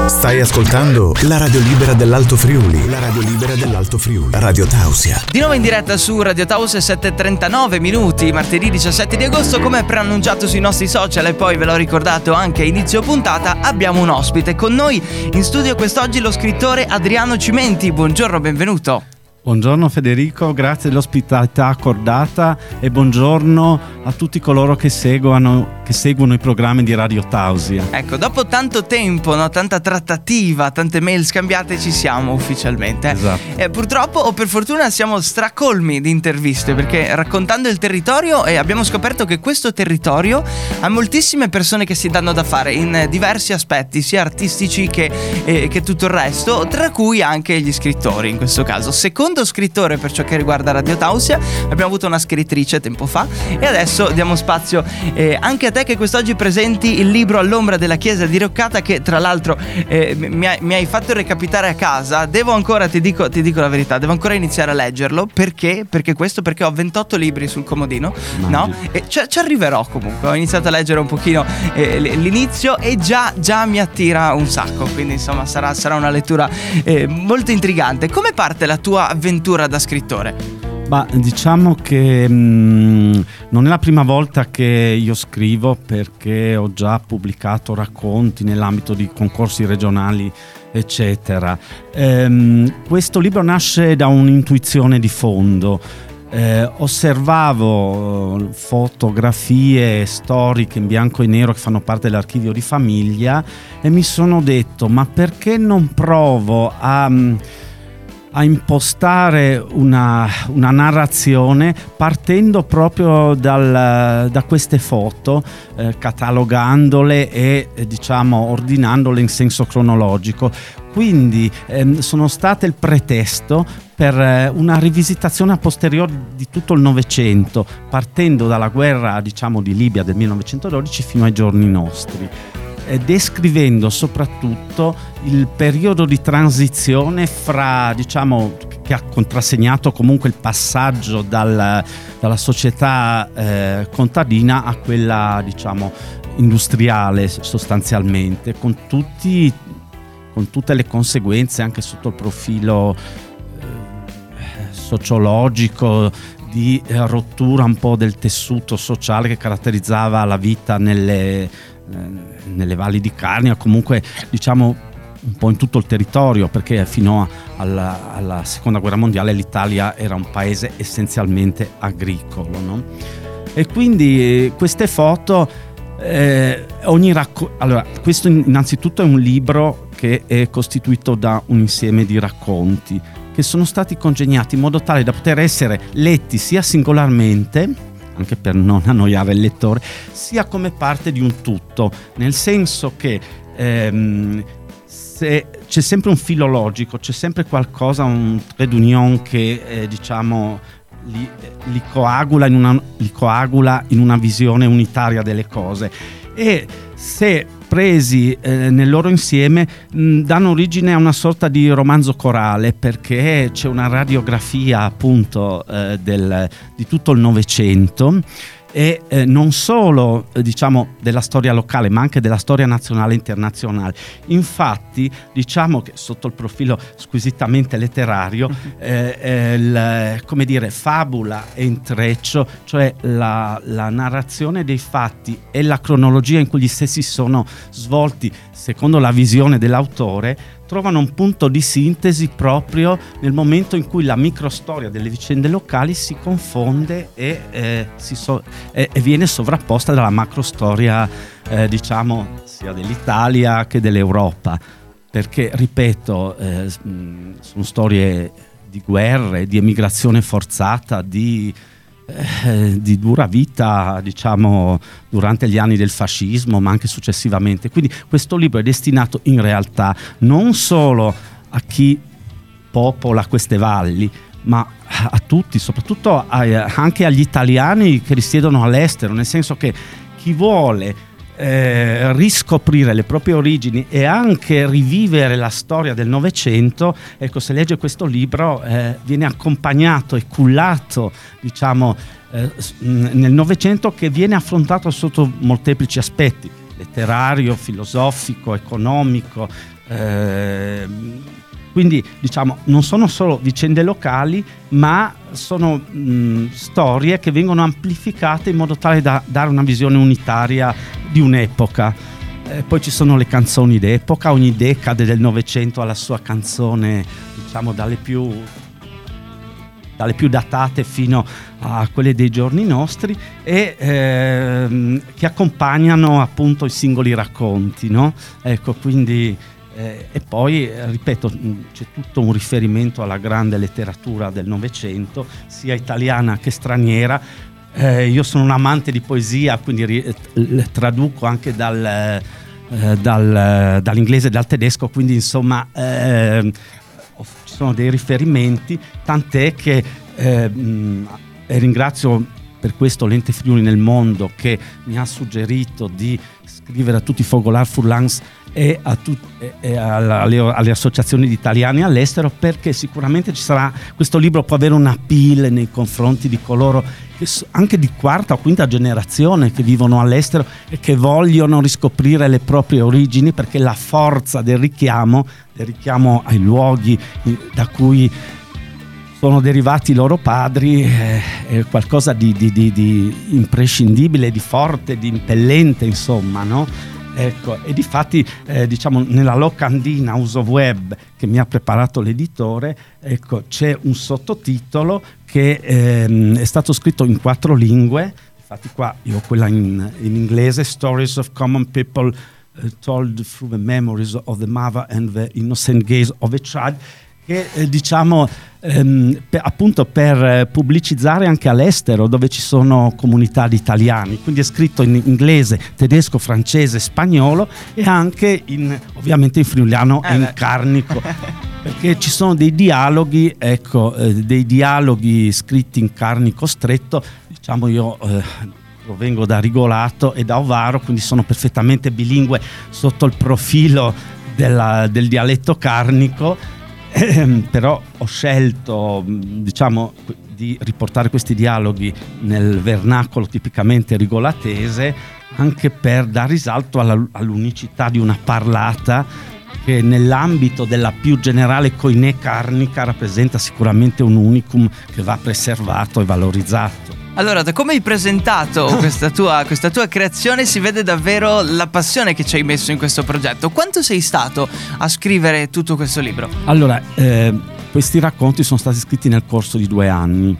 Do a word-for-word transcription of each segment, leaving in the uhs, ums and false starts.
Stai ascoltando la radio libera dell'Alto Friuli. La radio libera dell'Alto Friuli. Radio Tausia. Di nuovo in diretta su Radio Tausia, sette e trentanove minuti, martedì diciassette di agosto. Come preannunciato sui nostri social e poi ve l'ho ricordato anche a inizio puntata, abbiamo un ospite con noi in studio quest'oggi, lo scrittore Adriano Cimenti. Buongiorno, benvenuto. Buongiorno Federico, grazie dell'ospitalità accordata e buongiorno a tutti coloro che seguono, che seguono i programmi di Radio Tausia. Ecco, dopo tanto tempo, no, tanta trattativa, tante mail scambiate, ci siamo ufficialmente. Esatto. Eh, purtroppo o per fortuna siamo stracolmi di interviste, perché raccontando il territorio eh, abbiamo scoperto che questo territorio ha moltissime persone che si danno da fare in diversi aspetti, sia artistici che, eh, che tutto il resto, tra cui anche gli scrittori in questo caso. Secondo scrittore per ciò che riguarda Radio Tausia, abbiamo avuto una scrittrice tempo fa e adesso diamo spazio eh, anche a te che quest'oggi presenti il libro All'ombra della chiesa di Roccata, che tra l'altro eh, mi, hai, mi hai fatto recapitare a casa. Devo ancora, ti dico, ti dico la verità, devo ancora iniziare a leggerlo. Perché? Perché questo? Perché ho ventotto libri sul comodino, no? E ci, ci arriverò comunque. Ho iniziato a leggere un pochino eh, l'inizio e già, già mi attira un sacco, quindi insomma sarà, sarà una lettura eh, molto intrigante. Come parte la tua avventura da scrittore? Bah, diciamo che mh, non è la prima volta che io scrivo, perché ho già pubblicato racconti nell'ambito di concorsi regionali eccetera. Ehm, questo libro nasce da un'intuizione di fondo. Eh, osservavo fotografie storiche in bianco e nero che fanno parte dell'archivio di famiglia e mi sono detto: ma perché non provo a a impostare una, una narrazione partendo proprio dal, da queste foto, eh, catalogandole e eh, diciamo ordinandole in senso cronologico. Quindi ehm, sono state il pretesto per eh, una rivisitazione a posteriori di tutto il Novecento, partendo dalla guerra diciamo di Libia del millenovecentododici fino ai giorni nostri, descrivendo soprattutto il periodo di transizione fra, diciamo, che ha contrassegnato comunque il passaggio dal, dalla società eh, contadina a quella, diciamo, industriale sostanzialmente, con tutti con tutte le conseguenze anche sotto il profilo eh, sociologico, di eh, rottura un po' del tessuto sociale che caratterizzava la vita nelle nelle valli di Carnia, comunque diciamo un po' in tutto il territorio, perché fino a, alla, alla seconda guerra mondiale l'Italia era un paese essenzialmente agricolo, no? E quindi queste foto eh, ogni racco- allora questo innanzitutto è un libro che è costituito da un insieme di racconti che sono stati congegnati in modo tale da poter essere letti sia singolarmente, anche per non annoiare il lettore, sia come parte di un tutto, nel senso che ehm, se c'è sempre un filo logico, c'è sempre qualcosa, un trait d'union che eh, diciamo li, li, coagula in una, li coagula in una visione unitaria delle cose, e se presi eh, nel loro insieme mh, danno origine a una sorta di romanzo corale, perché c'è una radiografia appunto eh, del, di tutto il Novecento e eh, non solo eh, diciamo della storia locale, ma anche della storia nazionale e internazionale. Infatti diciamo che sotto il profilo squisitamente letterario eh, eh, il, come dire, fabula e intreccio, cioè la, la narrazione dei fatti e la cronologia in cui gli stessi sono svolti secondo la visione dell'autore, trovano un punto di sintesi proprio nel momento in cui la microstoria delle vicende locali si confonde e, eh, si so- e, e viene sovrapposta dalla macrostoria eh, diciamo sia dell'Italia che dell'Europa, perché ripeto eh, sono storie di guerre, di emigrazione forzata, di Eh, di dura vita, diciamo, durante gli anni del fascismo, ma anche successivamente. Quindi questo libro è destinato in realtà non solo a chi popola queste valli, ma a tutti, soprattutto a, anche agli italiani che risiedono all'estero, nel senso che chi vuole Eh, riscoprire le proprie origini e anche rivivere la storia del Novecento, ecco, se legge questo libro eh, viene accompagnato e cullato, diciamo, eh, nel Novecento, che viene affrontato sotto molteplici aspetti. letterario, filosofico, economico. Eh, quindi diciamo non sono solo vicende locali, ma sono mh, storie che vengono amplificate in modo tale da dare una visione unitaria di un'epoca. Eh, poi ci sono le canzoni d'epoca, ogni decade del Novecento ha la sua canzone, diciamo dalle più dalle più datate fino a quelle dei giorni nostri, e ehm, che accompagnano appunto i singoli racconti, no? Ecco, quindi eh, e poi ripeto, c'è tutto un riferimento alla grande letteratura del Novecento, sia italiana che straniera. Eh, io sono un amante di poesia, quindi ri- traduco anche dal, eh, dal, dall'inglese e dal tedesco, quindi insomma eh, ci sono dei riferimenti, tant'è che eh, mh, ringrazio per questo l'Ente Friuli nel Mondo, che mi ha suggerito di scrivere a tutti i Fogolar Furlans e, a tut- e, e alla, alle, alle associazioni di italiani all'estero, perché sicuramente ci sarà, questo libro può avere un appeal nei confronti di coloro che so, anche di quarta o quinta generazione, che vivono all'estero e che vogliono riscoprire le proprie origini, perché la forza del richiamo del richiamo ai luoghi da cui sono derivati i loro padri è, è qualcosa di, di, di, di imprescindibile, di forte, di impellente, insomma, no? Ecco, e difatti eh, diciamo nella locandina Uso Web che mi ha preparato l'editore, ecco, c'è un sottotitolo che ehm, è stato scritto in quattro lingue. Infatti qua io ho quella in, in inglese, Stories of Common People uh, Told Through the Memories of the Mother and the Innocent Gaze of a Child, che eh, diciamo ehm, per, appunto per eh, pubblicizzare anche all'estero, dove ci sono comunità di italiani, quindi è scritto in inglese, tedesco, francese, spagnolo e anche in, ovviamente in friuliano eh e in carnico, perché ci sono dei dialoghi, ecco, eh, dei dialoghi scritti in carnico stretto. Diciamo io eh, provengo da Rigolato e da Ovaro, quindi sono perfettamente bilingue sotto il profilo della, del dialetto carnico. Eh, però ho scelto, diciamo, di riportare questi dialoghi nel vernacolo tipicamente rigolatese, anche per dar risalto alla, all'unicità di una parlata che nell'ambito della più generale koiné carnica rappresenta sicuramente un unicum che va preservato e valorizzato. Allora, da come hai presentato questa tua, questa tua creazione si vede davvero la passione che ci hai messo in questo progetto. Quanto sei stato a scrivere tutto questo libro? Allora, eh, questi racconti sono stati scritti nel corso di due anni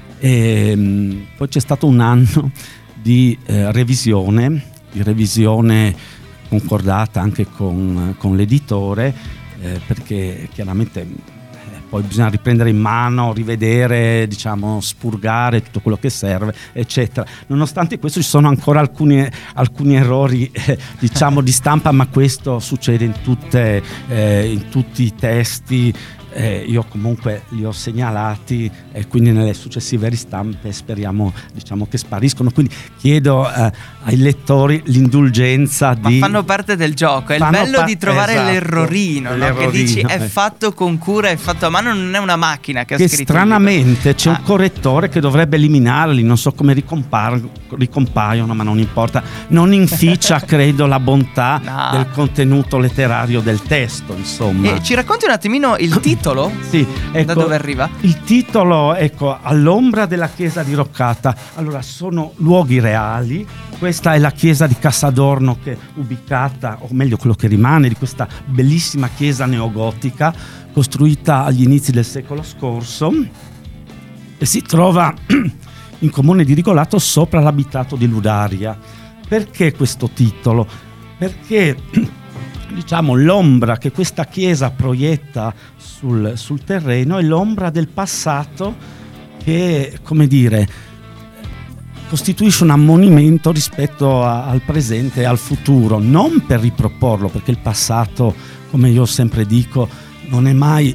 e mh, poi c'è stato un anno di eh, revisione, di revisione concordata anche con, con l'editore, eh, perché chiaramente poi bisogna riprendere in mano, rivedere, diciamo, spurgare tutto quello che serve, eccetera. Nonostante questo ci sono ancora alcuni, alcuni errori, eh, diciamo, di stampa, ma questo succede in, tutte, eh, in tutti i testi. Eh, io comunque li ho segnalati e quindi nelle successive ristampe speriamo, diciamo, che spariscono. Quindi chiedo eh, ai lettori l'indulgenza di... Ma fanno parte del gioco, è il bello pa- di trovare esatto, l'errorino, no? Che dici è fatto con cura, è fatto a mano, non è una macchina che ha che scritto. Stranamente c'è ah. un correttore che dovrebbe eliminarli, non so come ricompar- ricompaiono, ma non importa, non inficia credo la bontà no. del contenuto letterario del testo, insomma. E ci racconti un attimino il titolo? Sì, ecco, da dove arriva? Il titolo, ecco, All'ombra della chiesa di Roccata. Allora, sono luoghi reali. Questa è la chiesa di Casadorno, che è ubicata, o meglio quello che rimane di questa bellissima chiesa neogotica costruita agli inizi del secolo scorso, e si trova in comune di Rigolato sopra l'abitato di Ludaria. Perché questo titolo? Perché diciamo l'ombra che questa chiesa proietta sul, sul terreno è l'ombra del passato che, come dire, costituisce un ammonimento rispetto a, al presente e al futuro, non per riproporlo, perché il passato, come io sempre dico, non è mai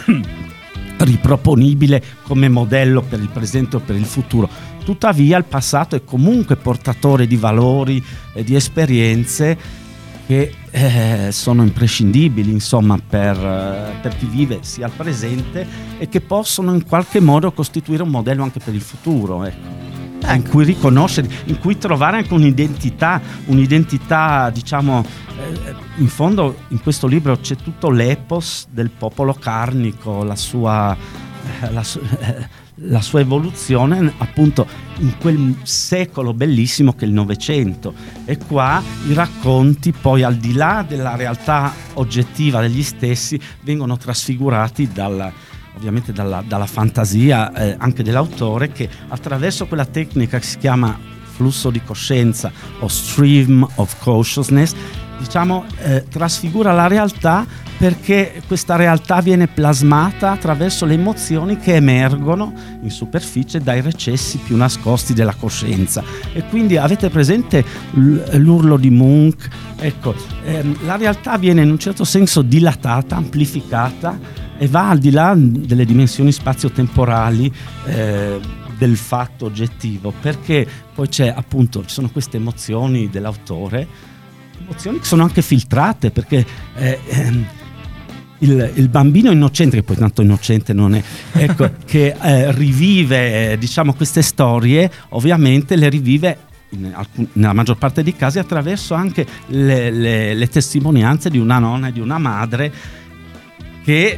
riproponibile come modello per il presente o per il futuro. Tuttavia il passato è comunque portatore di valori e di esperienze che eh, sono imprescindibili, insomma, per, eh, per chi vive sia al presente e che possono in qualche modo costituire un modello anche per il futuro, ecco. ecco. in cui riconoscere, in cui trovare anche un'identità, un'identità diciamo, eh, in fondo in questo libro c'è tutto l'epos del popolo carnico, la sua, eh, la, su, eh, la sua evoluzione appunto in quel secolo bellissimo che è il Novecento, e qua i racconti poi al di là della realtà oggettiva degli stessi vengono trasfigurati dalla, ovviamente dalla, dalla fantasia eh, anche dell'autore, che attraverso quella tecnica che si chiama flusso di coscienza o stream of consciousness diciamo eh, trasfigura la realtà, perché questa realtà viene plasmata attraverso le emozioni che emergono in superficie dai recessi più nascosti della coscienza. E quindi avete presente l'urlo di Munch? Ecco, ehm, la realtà viene in un certo senso dilatata, amplificata e va al di là delle dimensioni spazio-temporali eh, del fatto oggettivo, perché poi c'è appunto, ci sono queste emozioni dell'autore, emozioni che sono anche filtrate, perché eh, ehm, il, il bambino innocente, che poi tanto innocente non è, ecco, che eh, rivive eh, diciamo queste storie, ovviamente le rivive in alcun, nella maggior parte dei casi attraverso anche le, le, le testimonianze di una nonna e di una madre che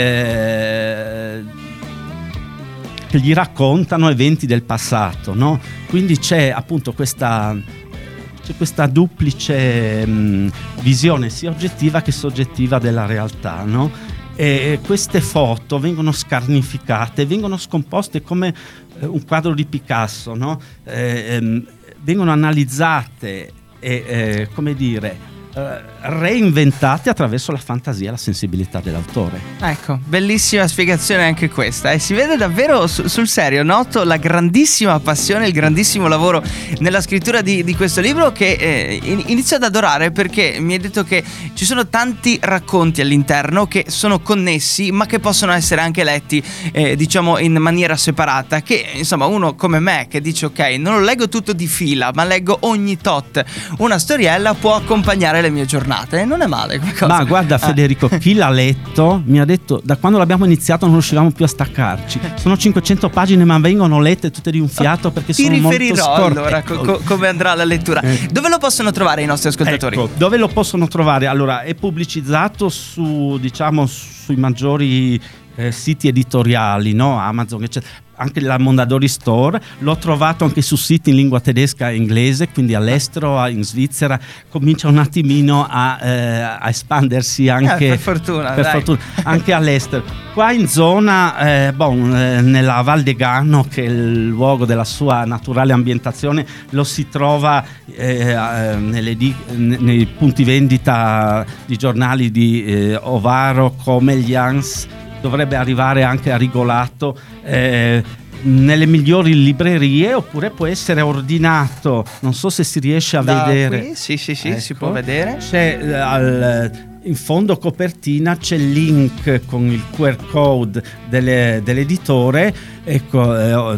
eh, che gli raccontano eventi del passato, no? Quindi c'è appunto questa c'è questa duplice mh, visione sia oggettiva che soggettiva della realtà, no? E queste foto vengono scarnificate, vengono scomposte come eh, un quadro di Picasso, no? Eh, ehm, vengono analizzate e eh, come dire reinventate attraverso la fantasia e la sensibilità dell'autore. Ecco, bellissima spiegazione anche questa, e si vede davvero su, sul serio, noto la grandissima passione, il grandissimo lavoro nella scrittura di, di questo libro, che eh, inizio ad adorare, perché mi hai detto che ci sono tanti racconti all'interno che sono connessi ma che possono essere anche letti eh, diciamo in maniera separata, che insomma uno come me che dice ok, non lo leggo tutto di fila ma leggo ogni tot una storiella, può accompagnare le mie giornate, non è male come cosa. Ma guarda Federico, eh. chi l'ha letto mi ha detto da quando l'abbiamo iniziato non riuscivamo più a staccarci, sono cinquecento pagine ma vengono lette tutte di un fiato perché Ti sono molto riferirò scorte. allora co- co- come andrà la lettura. eh. Dove lo possono trovare i nostri ascoltatori? Ecco, dove lo possono trovare? Allora, è pubblicizzato su diciamo sui maggiori eh, siti editoriali, no? Amazon eccetera, anche la Mondadori Store. L'ho trovato anche su siti in lingua tedesca e inglese, quindi all'estero, in Svizzera comincia un attimino a, eh, a espandersi anche, eh, per fortuna, per dai. fortuna anche all'estero. Qua in zona eh, bon, eh, nella Val de Gano, che è il luogo della sua naturale ambientazione, lo si trova eh, eh, nelle di, nei punti vendita di giornali di eh, Ovaro, Comeglians, dovrebbe arrivare anche a Rigolato, eh, nelle migliori librerie, oppure può essere ordinato, non so se si riesce a da vedere qui? Sì sì sì, ecco, si può vedere. c'è eh, al, in fondo copertina c'è il link con il Q R code delle, dell'editore, ecco, eh,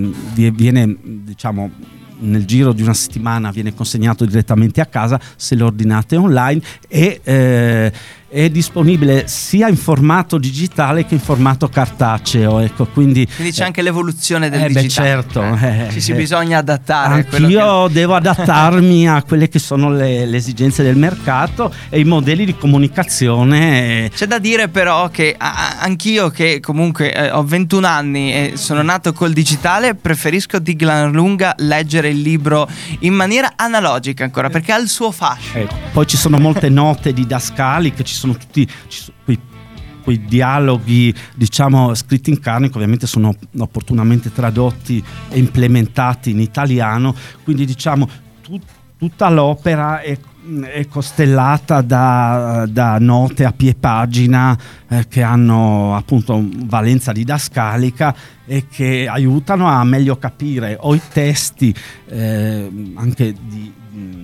viene diciamo nel giro di una settimana viene consegnato direttamente a casa se lo ordinate online, e eh, è disponibile sia in formato digitale che in formato cartaceo, ecco, quindi Quindi c'è eh, anche l'evoluzione del eh, beh, digitale. certo, eh, eh, ci si eh, bisogna adattare a quello anch'io che... devo adattarmi a quelle che sono le, le esigenze del mercato e i modelli di comunicazione. C'è da dire però che a- anch'io, che comunque eh, ho ventuno anni e sono nato col digitale, preferisco di gran lunga leggere il libro in maniera analogica ancora, perché ha il suo fascino. Eh, poi ci sono molte note didascaliche, ci sono tutti ci sono quei, quei dialoghi diciamo scritti in carnico, ovviamente sono opportunamente tradotti e implementati in italiano, quindi diciamo tu, tutta l'opera è, è costellata da, da note a piè pagina eh, che hanno appunto valenza didascalica e che aiutano a meglio capire o i testi eh, anche di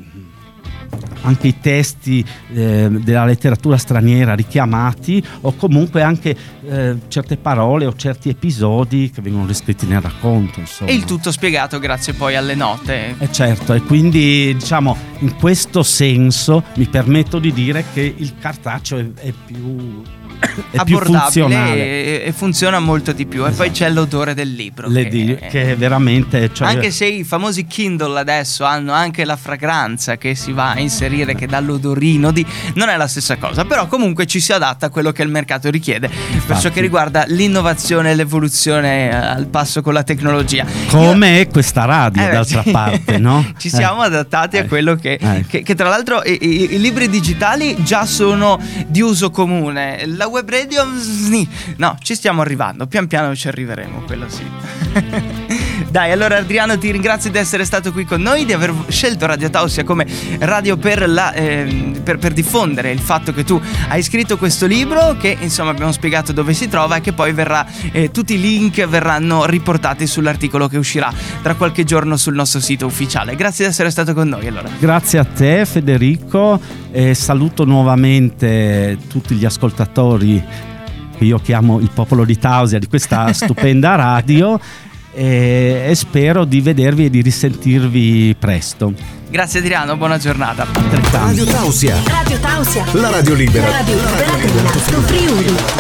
anche i testi eh, della letteratura straniera richiamati, o comunque anche eh, certe parole o certi episodi che vengono riscritti nel racconto, insomma. E il tutto spiegato grazie poi alle note. Eh certo, e quindi diciamo in questo senso mi permetto di dire che il cartaceo è, è più è più funzionale e, e funziona molto di più. Esatto. E poi c'è l'odore del libro Le che, di, che veramente, cioè, anche se i famosi Kindle adesso hanno anche la fragranza che si va a inserire, che dà l'odorino di, non è la stessa cosa, però comunque ci si adatta a quello che il mercato richiede. Infatti, per ciò che riguarda l'innovazione e l'evoluzione al passo con la tecnologia, come Io... è questa radio, eh, d'altra parte, no? Ci siamo eh. adattati eh. a quello che, eh. che, che tra l'altro i, i, i libri digitali già sono di uso comune. La web radio, no, ci stiamo arrivando, pian piano ci arriveremo, quello sì. Dai, allora Adriano, ti ringrazio di essere stato qui con noi, di aver scelto Radio Tausia come radio per, la, eh, per, per diffondere il fatto che tu hai scritto questo libro, che insomma abbiamo spiegato dove si trova e che poi verrà, eh, tutti i link verranno riportati sull'articolo che uscirà tra qualche giorno sul nostro sito ufficiale. Grazie di essere stato con noi. Allora, grazie a te Federico, e saluto nuovamente tutti gli ascoltatori che io chiamo il popolo di Tausia, di questa stupenda radio, e, e spero di vedervi e di risentirvi presto. Grazie Adriano, buona giornata. Radio Tausia. Radio Tausia. La radio libera. La radio libera dell'Alto Friuli.